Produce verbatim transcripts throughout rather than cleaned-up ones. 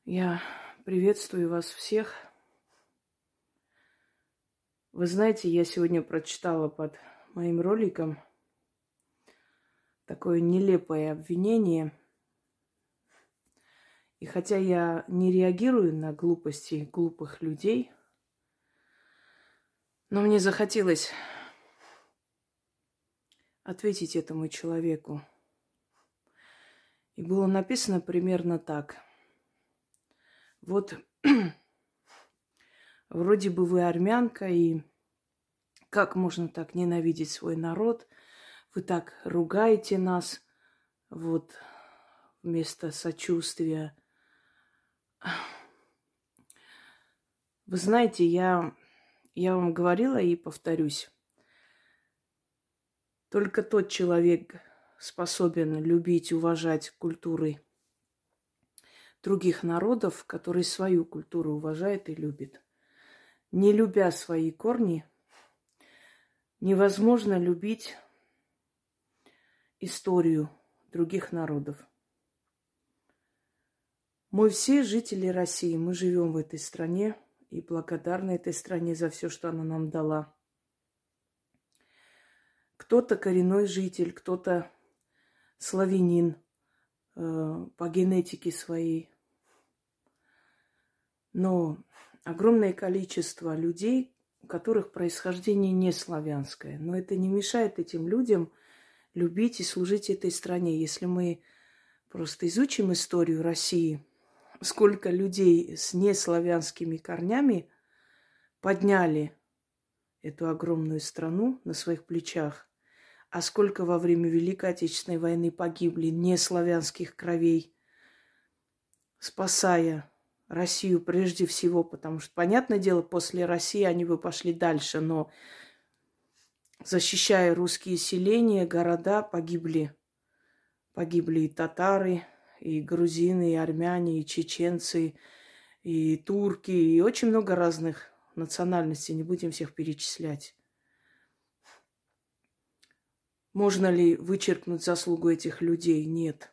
Я приветствую вас всех. Вы знаете, я сегодня прочитала под моим роликом такое нелепое обвинение. И хотя я не реагирую на глупости глупых людей, но мне захотелось ответить этому человеку. И было написано примерно так. Вот вроде бы вы армянка, и как можно так ненавидеть свой народ? Вы так ругаете нас, вот, вместо сочувствия. Вы знаете, я, я вам говорила и повторюсь. Только тот человек способен любить, уважать культуры других народов, который свою культуру уважает и любит. Не любя свои корни, невозможно любить историю других народов. Мы все жители России, мы живем в этой стране и благодарны этой стране за все, что она нам дала. Кто-то коренной житель, кто-то славянин э, по генетике своей. Но огромное количество людей, у которых происхождение не славянское. Но это не мешает этим людям любить и служить этой стране. Если мы просто изучим историю России, сколько людей с неславянскими корнями подняли эту огромную страну на своих плечах, а сколько во время Великой Отечественной войны погибли неславянских кровей, спасая Россию прежде всего, потому что, понятное дело, после России они бы пошли дальше, но защищая русские селения, города, погибли. Погибли и татары, и грузины, и армяне, и чеченцы, и турки, и очень много разных национальностей, не будем всех перечислять. Можно ли вычеркнуть заслугу этих людей? Нет.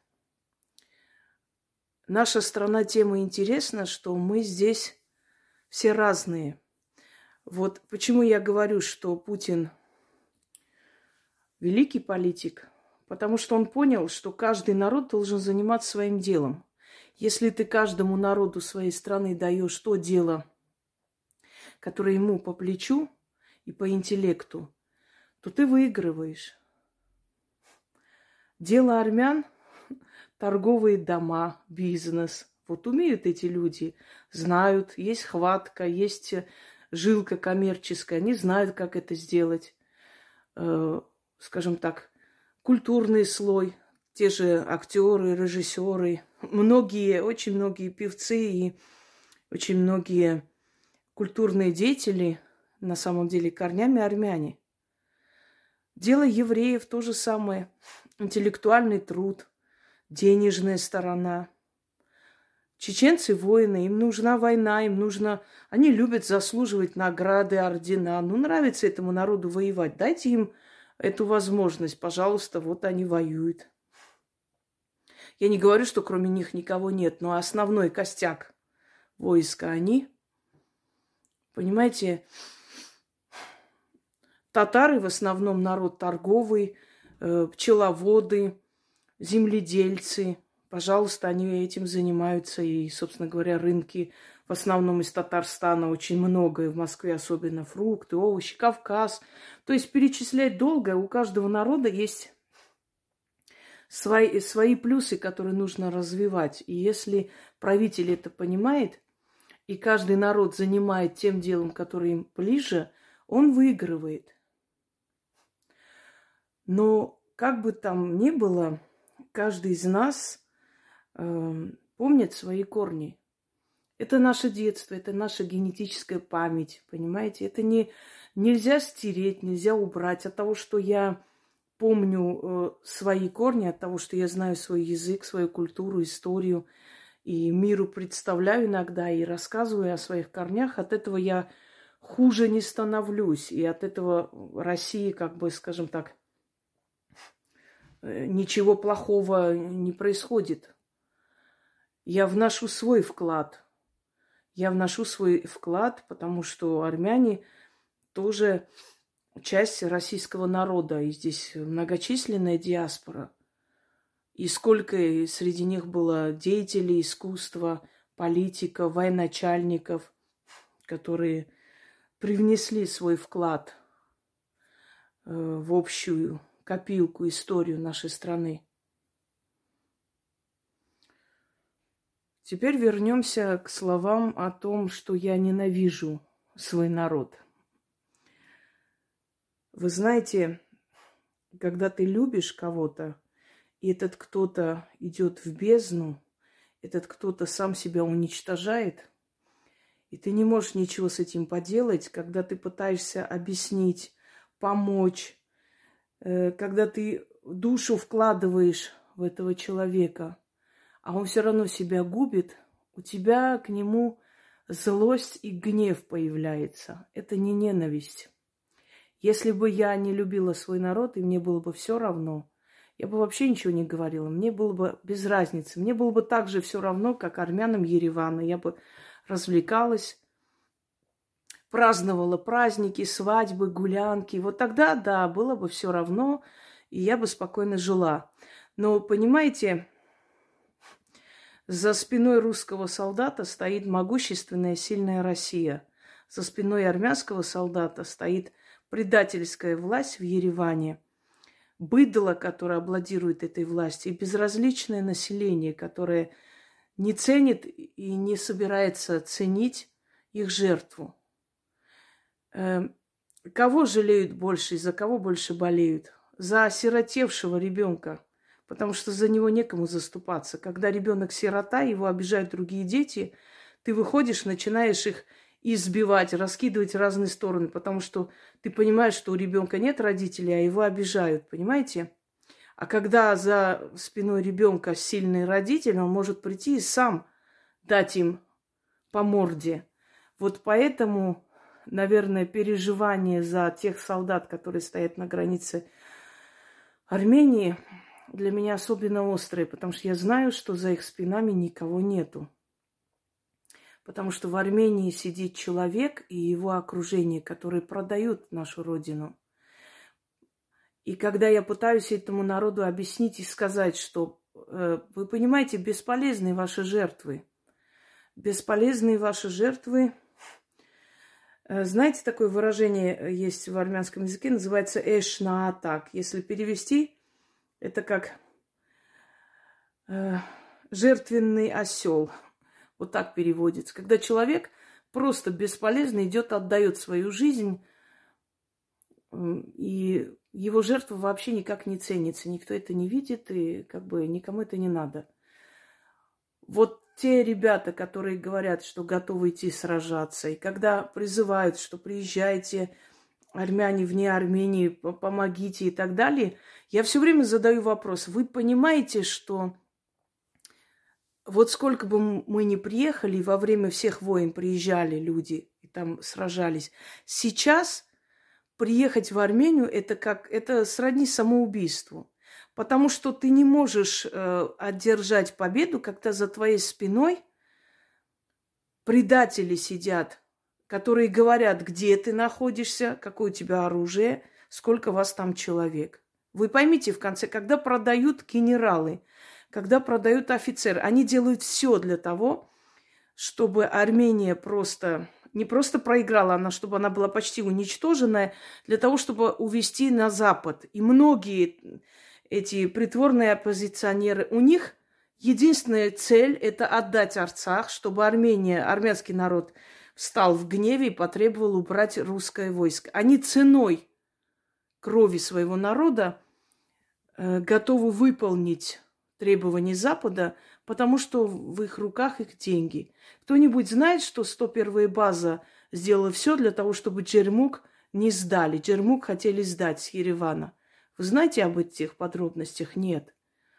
Наша страна тем и интересна, что мы здесь все разные. Вот почему я говорю, что Путин великий политик, потому что он понял, что каждый народ должен заниматься своим делом. Если ты каждому народу своей страны даешь то дело, которое ему по плечу и по интеллекту, то ты выигрываешь. Дело армян – торговые дома, бизнес. Вот умеют эти люди, знают, есть хватка, есть жилка коммерческая, они знают, как это сделать. Э, скажем так, культурный слой, те же актеры, режиссеры, многие, очень многие певцы и очень многие культурные деятели, на самом деле, корнями армяне. Дело евреев то же самое. Интеллектуальный труд, денежная сторона. Чеченцы воины, им нужна война, им нужно... Они любят заслуживать награды, ордена. Ну, нравится этому народу воевать. Дайте им эту возможность, пожалуйста, вот они воюют. Я не говорю, что кроме них никого нет, но основной костяк войска они. Понимаете, татары в основном народ торговый, э, пчеловоды, земледельцы. Пожалуйста, они этим занимаются. И, собственно говоря, рынки в основном из Татарстана очень много. И в Москве особенно фрукты, овощи, Кавказ. То есть перечислять долго. У каждого народа есть свои, свои плюсы, которые нужно развивать. И если правитель это понимает, и каждый народ занимает тем делом, которое им ближе, он выигрывает. Но как бы там ни было, каждый из нас э, помнит свои корни. Это наше детство, это наша генетическая память, понимаете? Это не, нельзя стереть, нельзя убрать. От того, что я помню э, свои корни, от того, что я знаю свой язык, свою культуру, историю, и миру представляю иногда, и рассказываю о своих корнях, от этого я хуже не становлюсь. И от этого России, как бы, скажем так, ничего плохого не происходит. Я вношу свой вклад. Я вношу свой вклад, потому что армяне тоже часть российского народа. И здесь многочисленная диаспора. И сколько среди них было деятелей искусства, политиков, военачальников, которые привнесли свой вклад в общую копилку, историю нашей страны. Теперь вернемся к словам о том, что я ненавижу свой народ. Вы знаете, когда ты любишь кого-то, и этот кто-то идет в бездну, этот кто-то сам себя уничтожает, и ты не можешь ничего с этим поделать, когда ты пытаешься объяснить, помочь, когда ты душу вкладываешь в этого человека, а он все равно себя губит, у тебя к нему злость и гнев появляется. Это не ненависть. Если бы я не любила свой народ, и мне было бы все равно, я бы вообще ничего не говорила. Мне было бы без разницы. Мне было бы так же все равно, как армянам Еревана. Я бы развлекалась, праздновала праздники, свадьбы, гулянки. Вот тогда, да, было бы все равно, и я бы спокойно жила. Но, понимаете, за спиной русского солдата стоит могущественная, сильная Россия. За спиной армянского солдата стоит предательская власть в Ереване. Быдло, которое обладирует этой властью, и безразличное население, которое не ценит и не собирается ценить их жертву. Кого жалеют больше и за кого больше болеют? За осиротевшего ребенка, потому что за него некому заступаться. Когда ребенок сирота, его обижают другие дети, ты выходишь, начинаешь их избивать, раскидывать в разные стороны, потому что ты понимаешь, что у ребенка нет родителей, а его обижают, понимаете? А когда за спиной ребенка сильный родитель, он может прийти и сам дать им по морде. Вот поэтому, наверное, переживание за тех солдат, которые стоят на границе Армении, для меня особенно острые, потому что я знаю, что за их спинами никого нету. Потому что в Армении сидит человек и его окружение, которые продают нашу родину. И когда я пытаюсь этому народу объяснить и сказать, что, э, вы понимаете, бесполезны ваши жертвы. Бесполезны ваши жертвы. Э, знаете, такое выражение есть в армянском языке, называется «эш наатак». Если перевести, это как э, «жертвенный осел». Вот так переводится. Когда человек просто бесполезно идет, отдает свою жизнь, и его жертва вообще никак не ценится. Никто это не видит, и как бы никому это не надо. Вот те ребята, которые говорят, что готовы идти сражаться, и когда призывают, что приезжайте, армяне вне Армении, помогите и так далее, я все время задаю вопрос. Вы понимаете, что вот сколько бы мы ни приехали, во время всех войн приезжали люди и там сражались, сейчас приехать в Армению это как это сродни самоубийству, потому что ты не можешь э, одержать победу, когда за твоей спиной предатели сидят, которые говорят, где ты находишься, какое у тебя оружие, сколько вас там человек. Вы поймите, в конце, когда продают генералы, когда продают офицеры, они делают все для того, чтобы Армения просто не просто проиграла, она, чтобы она была почти уничтоженная, для того, чтобы увести на Запад. И многие эти притворные оппозиционеры, у них единственная цель – это отдать Арцах, чтобы Армения, армянский народ встал в гневе и потребовал убрать русское войско. Они ценой крови своего народа э, готовы выполнить требований Запада, потому что в их руках их деньги. Кто-нибудь знает, что сто первая база сделала все для того, чтобы Джермук не сдали? Джермук хотели сдать с Еревана. Вы знаете об этих подробностях? Нет.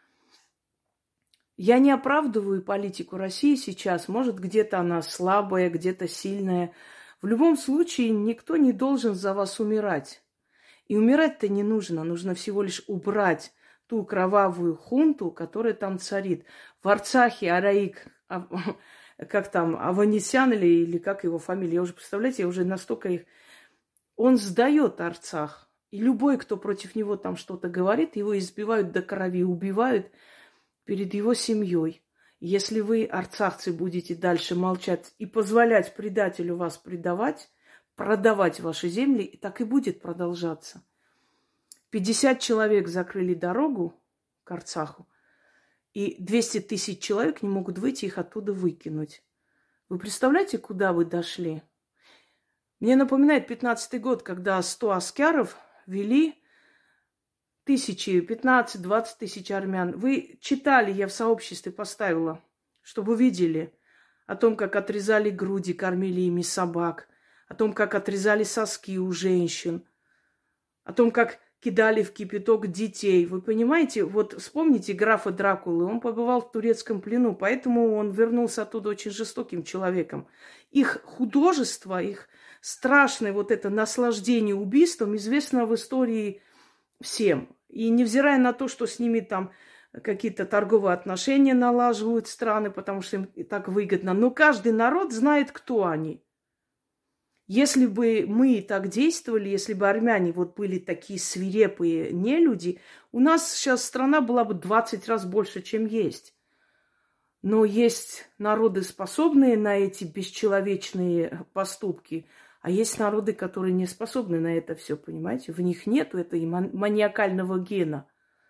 Я не оправдываю политику России сейчас. Может, где-то она слабая, где-то сильная. В любом случае, никто не должен за вас умирать. И умирать-то не нужно. Нужно всего лишь убрать ту кровавую хунту, которая там царит. В Арцахе Араик А, как там, Аванесян или, или как его фамилия, я уже, представляете, я уже настолько их... Он сдает Арцах. И любой, кто против него там что-то говорит, его избивают до крови, убивают перед его семьей. Если вы, арцахцы, будете дальше молчать и позволять предателю вас предавать, продавать ваши земли, так и будет продолжаться. пятьдесят человек закрыли дорогу к Арцаху, и двести тысяч человек не могут выйти, их оттуда выкинуть. Вы представляете, куда вы дошли? Мне напоминает пятнадцатый год, когда сто аскяров вели тысячи, пятнадцать-двадцать тысяч армян. Вы читали, я в сообществе поставила, чтобы видели о том, как отрезали груди, кормили ими собак, о том, как отрезали соски у женщин, о том, как кидали в кипяток детей. Вы понимаете, вот вспомните графа Дракулы, он побывал в турецком плену, поэтому он вернулся оттуда очень жестоким человеком. Их художество, их страшное вот это наслаждение убийством известно в истории всем. И невзирая на то, что с ними там какие-то торговые отношения налаживают страны, потому что им так выгодно, но каждый народ знает, кто они. Если бы мы так действовали, если бы армяне вот были такие свирепые нелюди, у нас сейчас страна была бы двадцать раз больше, чем есть. Но есть народы, способные на эти бесчеловечные поступки, а есть народы, которые не способны на это все, понимаете? В них нет этой маниакального гена.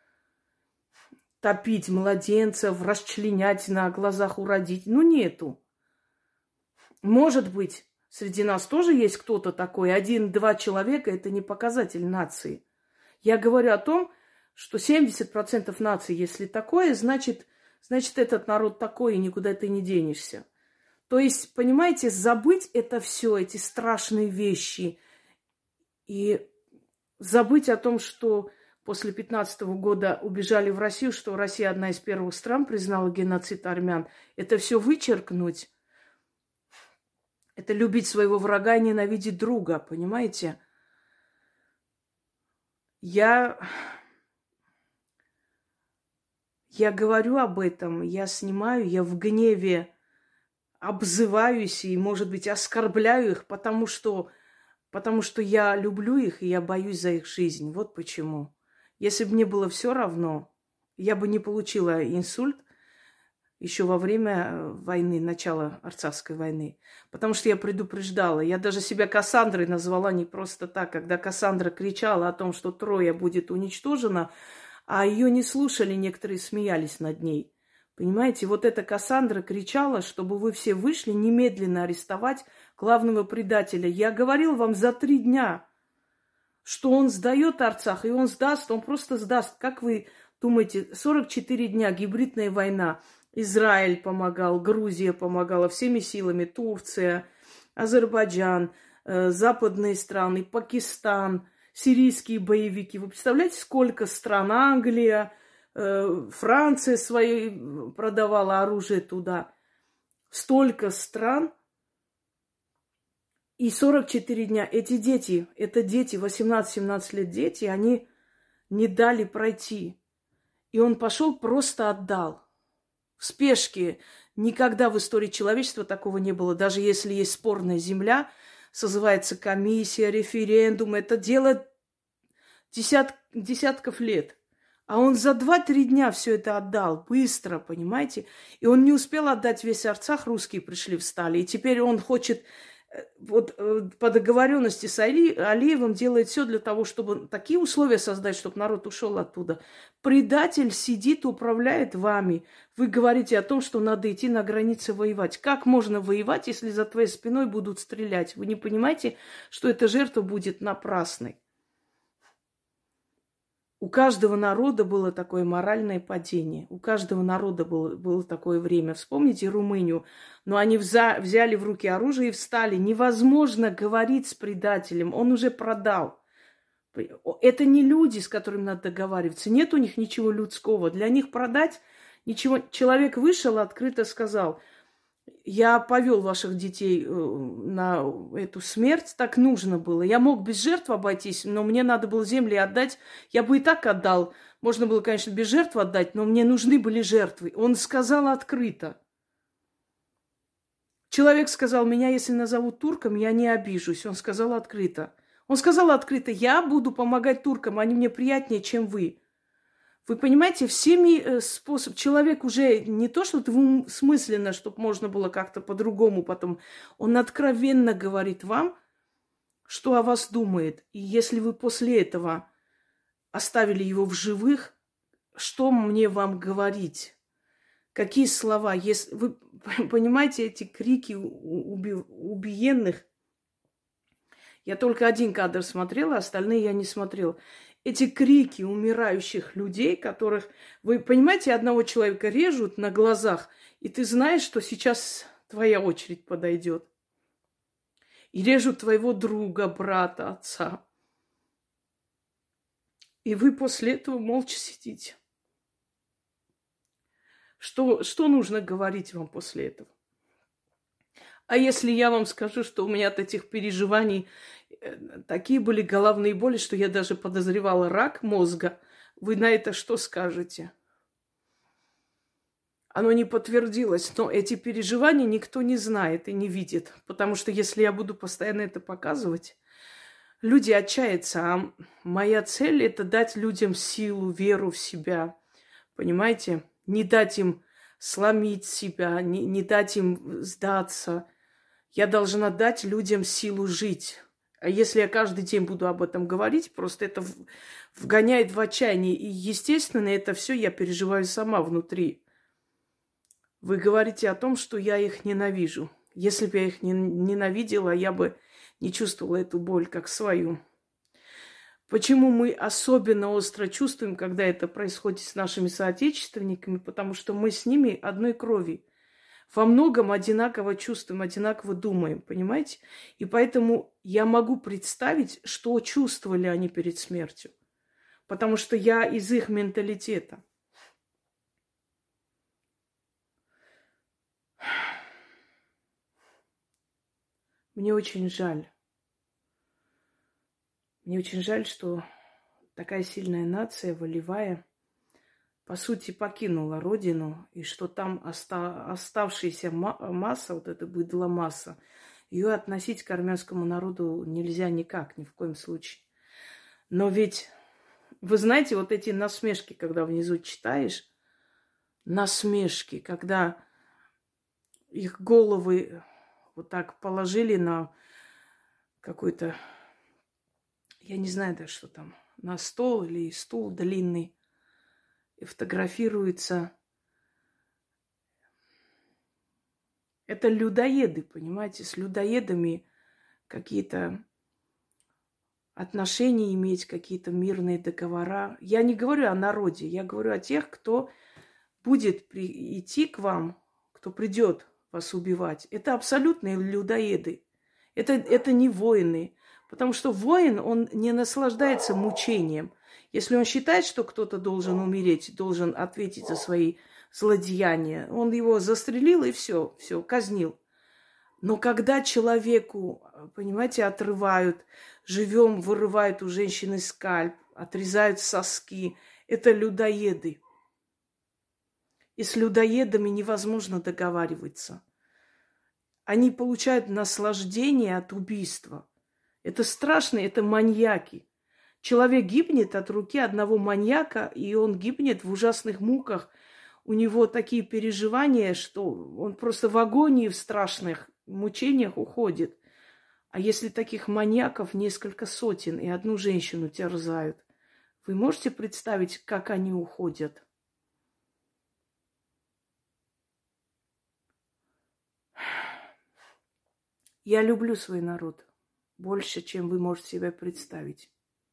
Топить младенцев, расчленять на глазах у родителей. Ну, нету. Может быть, среди нас тоже есть кто-то такой. Один-два человека – это не показатель нации. Я говорю о том, что семьдесят процентов нации, если такое, значит, значит, этот народ такой, и никуда ты не денешься. То есть, понимаете, забыть это все, эти страшные вещи, и забыть о том, что после пятнадцатого года убежали в Россию, что Россия одна из первых стран признала геноцид армян, это все вычеркнуть, это любить своего врага и ненавидеть друга, понимаете? Я, я говорю об этом, я снимаю, я в гневе обзываюсь и, может быть, оскорбляю их, потому что, потому что я люблю их и я боюсь за их жизнь. Вот почему. Если бы мне было все равно, я бы не получила инсульт еще во время войны, начала Арцахской войны. Потому что я предупреждала. Я даже себя Кассандрой назвала не просто так. Когда Кассандра кричала о том, что Троя будет уничтожена, а ее не слушали, некоторые смеялись над ней. Понимаете, вот эта Кассандра кричала, чтобы вы все вышли немедленно арестовать главного предателя. Я говорил вам за три дня, что он сдает Арцах, и он сдаст, он просто сдаст. Как вы думаете, сорок четыре дня, гибридная война, Израиль помогал, Грузия помогала всеми силами, Турция, Азербайджан, э, западные страны, Пакистан, сирийские боевики. Вы представляете, сколько стран, Англия, Франция свои продавала оружие туда. Столько стран. И сорок четыре дня. Эти дети, это дети, восемнадцать-семнадцать лет дети, они не дали пройти. И он пошел, просто отдал. В спешке. Никогда в истории человечества такого не было. Даже если есть спорная земля, созывается комиссия, референдум. Это дело десят, десятков лет. А он за два-три дня все это отдал. Быстро, понимаете? И он не успел отдать весь Арцах. Русские пришли, встали. И теперь он хочет, вот по договоренности с Али, Алиевым, делает все для того, чтобы такие условия создать, чтобы народ ушел оттуда. Предатель сидит, управляет вами. Вы говорите о том, что надо идти на границе воевать. Как можно воевать, если за твоей спиной будут стрелять? Вы не понимаете, что эта жертва будет напрасной? У каждого народа было такое моральное падение. У каждого народа было, было такое время. Вспомните Румынию. Но они вза, взяли в руки оружие и встали. Невозможно говорить с предателем. Он уже продал. Это не люди, с которыми надо договариваться. Нет у них ничего людского. Для них продать ничего. Человек вышел, открыто сказал: я повел ваших детей на эту смерть, так нужно было. Я мог без жертв обойтись, но мне надо было земли отдать. Я бы и так отдал. Можно было, конечно, без жертв отдать, но мне нужны были жертвы. Он сказал открыто. Человек сказал, меня если назовут турком, я не обижусь. Он сказал открыто. Он сказал открыто, я буду помогать туркам, они мне приятнее, чем вы. Вы понимаете, всеми способами. Человек уже не то, что двусмысленно, чтобы можно было как-то по-другому потом. Он откровенно говорит вам, что о вас думает. И если вы после этого оставили его в живых, что мне вам говорить? Какие слова? Если вы понимаете эти крики уби... убиенных? Я только один кадр смотрела, остальные я не смотрела. Эти крики умирающих людей, которых, вы понимаете, одного человека режут на глазах, и ты знаешь, что сейчас твоя очередь подойдет. И режут твоего друга, брата, отца. И вы после этого молча сидите. Что, что нужно говорить вам после этого? А если я вам скажу, что у меня от этих переживаний такие были головные боли, что я даже подозревала рак мозга, вы на это что скажете? Оно не подтвердилось, но эти переживания никто не знает и не видит. Потому что если я буду постоянно это показывать, люди отчаятся. А моя цель – это дать людям силу, веру в себя. Понимаете? Не дать им сломить себя, не, не дать им сдаться. Я должна дать людям силу жить. А если я каждый день буду об этом говорить, просто это вгоняет в отчаяние. И, естественно, это все я переживаю сама внутри. Вы говорите о том, что я их ненавижу. Если бы я их не ненавидела, я бы не чувствовала эту боль как свою. Почему мы особенно остро чувствуем, когда это происходит с нашими соотечественниками? Потому что мы с ними одной крови. Во многом одинаково чувствуем, одинаково думаем, понимаете? И поэтому я могу представить, что чувствовали они перед смертью. Потому что я из их менталитета. Мне очень жаль. Мне очень жаль, что такая сильная нация, волевая, по сути, покинула родину, и что там оста- оставшаяся ма- масса, вот эта быдло масса, ее относить к армянскому народу нельзя никак, ни в коем случае. Но ведь, вы знаете, вот эти насмешки, когда внизу читаешь, насмешки, когда их головы вот так положили на какой-то, я не знаю даже, что там, на стол или стул длинный, и фотографируется. Это людоеды, понимаете, с людоедами какие-то отношения иметь, какие-то мирные договора. Я не говорю о народе, я говорю о тех, кто будет при... идти к вам, кто придет вас убивать. Это абсолютные людоеды. Это, это не воины. Потому что воин, он не наслаждается мучением. Если он считает, что кто-то должен умереть, должен ответить за свои злодеяния, он его застрелил и все, все, казнил. Но когда человеку, понимаете, отрывают, живем, вырывают у женщины скальп, отрезают соски, это людоеды. И с людоедами невозможно договариваться. Они получают наслаждение от убийства. Это страшно, это маньяки. Человек гибнет от руки одного маньяка, и он гибнет в ужасных муках. У него такие переживания, что он просто в агонии, в страшных мучениях уходит. А если таких маньяков несколько сотен, и одну женщину терзают, вы можете представить, как они уходят? Я люблю свой народ больше, чем вы можете себе представить.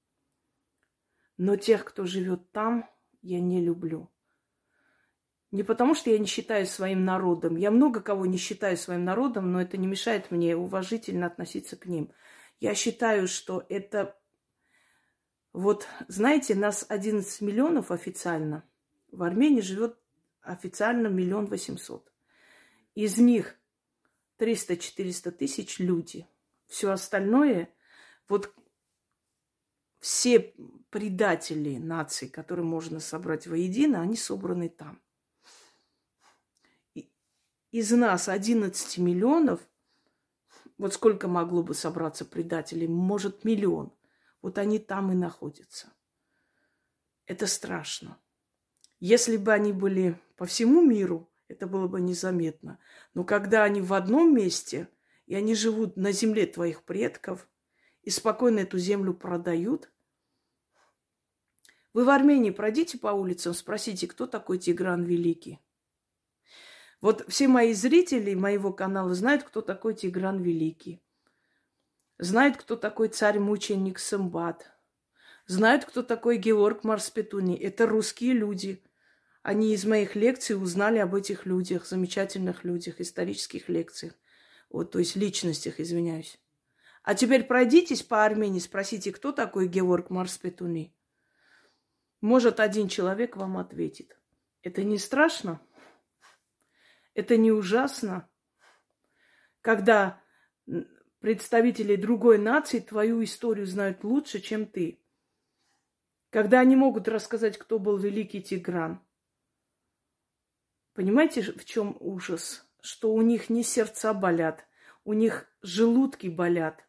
Но тех, кто живет там, я не люблю. Не потому, что я не считаю своим народом. Я много кого не считаю своим народом, но это не мешает мне уважительно относиться к ним. Я считаю, что это... Вот, знаете, нас одиннадцать миллионов официально. В Армении живет официально миллион восемьсот. Из них триста-четыреста тысяч люди. Все остальное, вот все предатели нации, которые можно собрать воедино, они собраны там. И, из нас одиннадцать миллионов, вот сколько могло бы собраться предателей, может, миллион, вот они там и находятся. Это страшно. Если бы они были по всему миру, это было бы незаметно. Но когда они в одном месте, и они живут на земле твоих предков, и спокойно эту землю продают. Вы в Армении пройдите по улицам, спросите, кто такой Тигран Великий. Вот все мои зрители моего канала знают, кто такой Тигран Великий. Знают, кто такой царь-мученик Сымбат. Знают, кто такой Георг Марспетуни. Это русские люди. Они из моих лекций узнали об этих людях, замечательных людях, исторических лекциях. Вот, то есть личностях, извиняюсь. А теперь пройдитесь по Армении, спросите, кто такой Георг Марспетуни. Может, один человек вам ответит. Это не страшно? Это не ужасно? Когда представители другой нации твою историю знают лучше, чем ты. Когда они могут рассказать, кто был великий Тигран. Понимаете, в чем ужас? Что у них не сердца болят, у них желудки болят.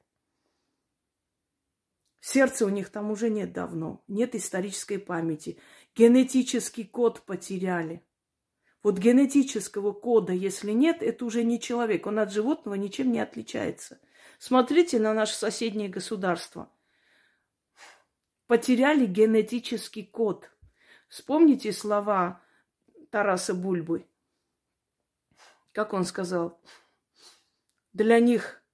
Сердца у них там уже нет давно, нет исторической памяти. Генетический код потеряли. Вот генетического кода, если нет, это уже не человек. Он от животного ничем не отличается. Смотрите на наше соседнее государство. Потеряли генетический код. Вспомните слова Тараса Бульбы. Как он сказал? Для них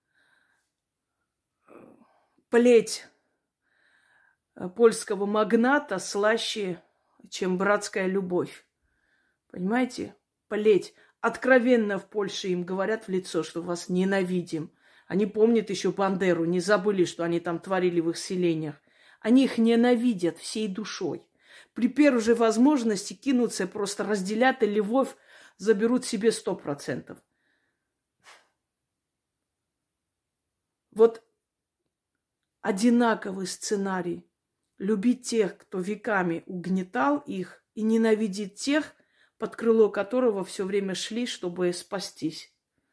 плеть польского магната слаще, чем братская любовь. Понимаете? Плеть. Откровенно в Польше им говорят в лицо, что вас ненавидим. Они помнят еще Бандеру, не забыли, что они там творили в их селениях. Они их ненавидят всей душой. При первой же возможности кинутся, просто разделят и Львов заберут себе сто процентов. Вот одинаковый сценарий. Любить тех, кто веками угнетал их, и ненавидеть тех, под крыло которого все время шли, чтобы спастись.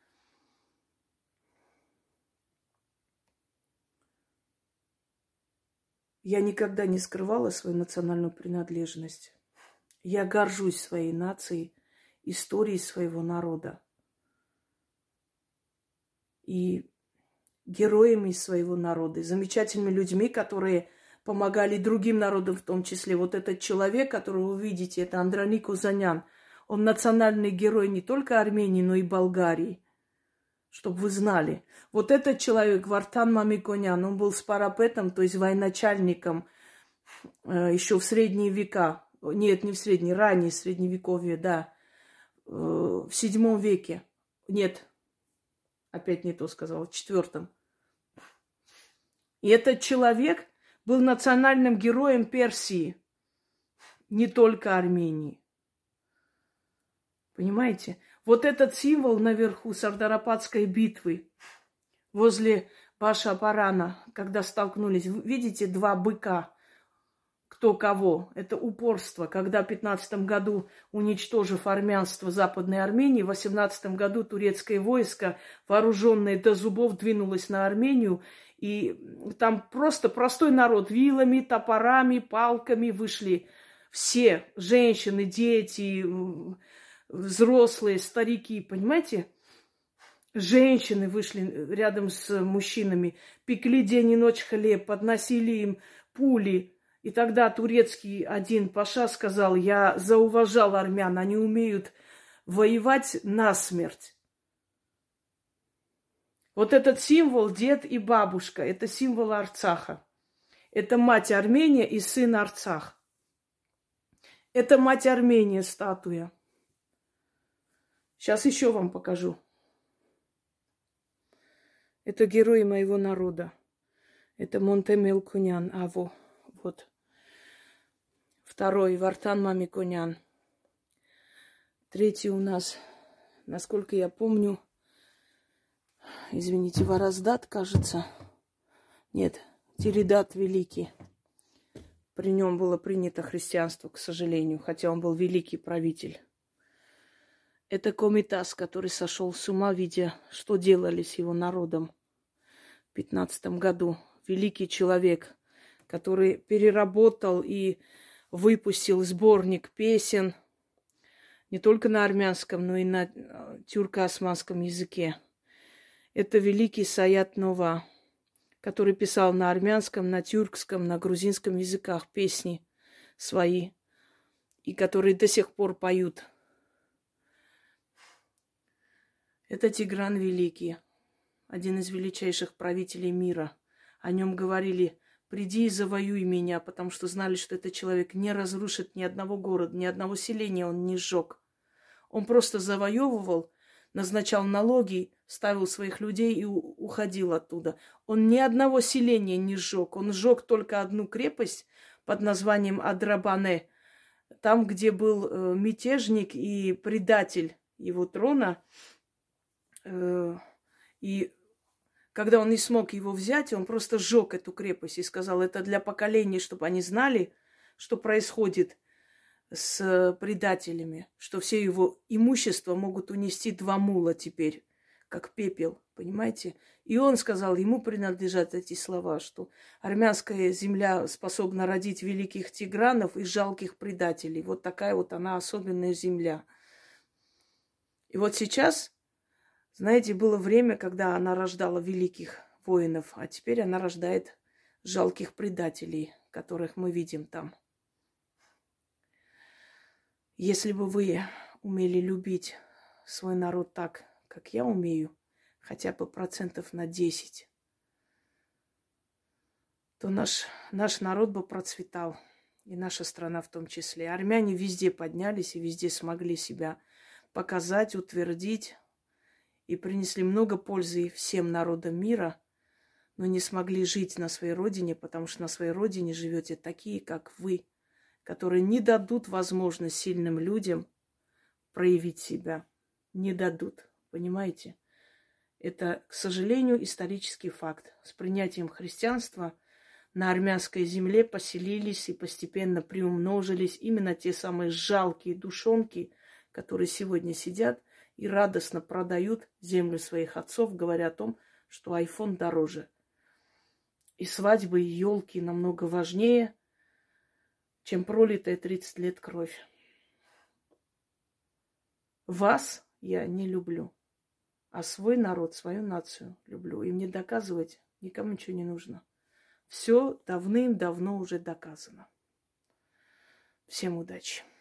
Я никогда не скрывала свою национальную принадлежность. Я горжусь своей нацией, историей своего народа и героями своего народа, и замечательными людьми, которые помогали другим народам в том числе. Вот этот человек, которого вы видите, это Андроник Узанян. Он национальный герой не только Армении, но и Болгарии. Чтобы вы знали. Вот этот человек, Вартан Мамиконян, он был спарапетом, то есть военачальником э, еще в средние века. Нет, не в средние, ранние средневековье, да. Э, в седьмом веке. Нет, опять не то сказала, в четвертом. И этот человек был национальным героем Персии, не только Армении. Понимаете? Вот этот символ наверху Сардарападской битвы, возле Баша-Парана, когда столкнулись, видите, два быка, кто кого. Это упорство. Когда в пятнадцатом году, уничтожив армянство Западной Армении, в восемнадцатом году турецкое войско, вооруженное до зубов, двинулось на Армению, и там просто простой народ вилами, топорами, палками вышли все, женщины, дети, взрослые, старики, понимаете? Женщины вышли рядом с мужчинами, пекли день и ночь хлеб, подносили им пули. И тогда турецкий один паша сказал: я зауважал армян, они умеют воевать насмерть. Вот этот символ дед и бабушка, это символ Арцаха. Это мать Армения и сын Арцах. Это мать Армения статуя. Сейчас еще вам покажу. Это герои моего народа. Это Монте Мелконян, Аво. Вот. Второй Вартан Мамиконян. Третий у нас, насколько я помню, извините, Вараздат, кажется. Нет, Тиридат Великий. При нем было принято христианство, к сожалению, хотя он был великий правитель. Это Комитас, который сошел с ума, видя, что делали с его народом в пятнадцатом году. Великий человек, который переработал и выпустил сборник песен не только на армянском, но и на тюрко-османском языке. Это великий Саят Нова, который писал на армянском, на тюркском, на грузинском языках песни свои, и которые до сих пор поют. Это Тигран Великий, один из величайших правителей мира. О нем говорили: приди и завоюй меня, потому что знали, что этот человек не разрушит ни одного города, ни одного селения он не сжег. Он просто завоевывал, назначал налоги, ставил своих людей и уходил оттуда. Он ни одного селения не сжег. Он сжег только одну крепость под названием Адрабане, там, где был э, мятежник и предатель его трона. Э, и когда он не смог его взять, он просто сжег эту крепость и сказал: это для поколений, чтобы они знали, что происходит с предателями, что все его имущество могут унести два мула теперь, как пепел, понимаете? И он сказал, ему принадлежат эти слова, что армянская земля способна родить великих тигранов и жалких предателей. Вот такая вот она особенная земля. И вот сейчас, знаете, было время, когда она рождала великих воинов, а теперь она рождает жалких предателей, которых мы видим там. Если бы вы умели любить свой народ так, как я умею, хотя бы процентов на десять, то наш, наш народ бы процветал, и наша страна в том числе. Армяне везде поднялись и везде смогли себя показать, утвердить, и принесли много пользы всем народам мира, но не смогли жить на своей родине, потому что на своей родине живете такие, как вы, которые не дадут возможность сильным людям проявить себя. Не дадут. Понимаете? Это, к сожалению, исторический факт. С принятием христианства на армянской земле поселились и постепенно приумножились именно те самые жалкие душонки, которые сегодня сидят и радостно продают землю своих отцов, говоря о том, что айфон дороже. И свадьбы, и елки намного важнее, чем пролитая тридцать лет кровь. Вас я не люблю, а свой народ, свою нацию люблю. И мне доказывать никому ничего не нужно. Все давным-давно уже доказано. Всем удачи.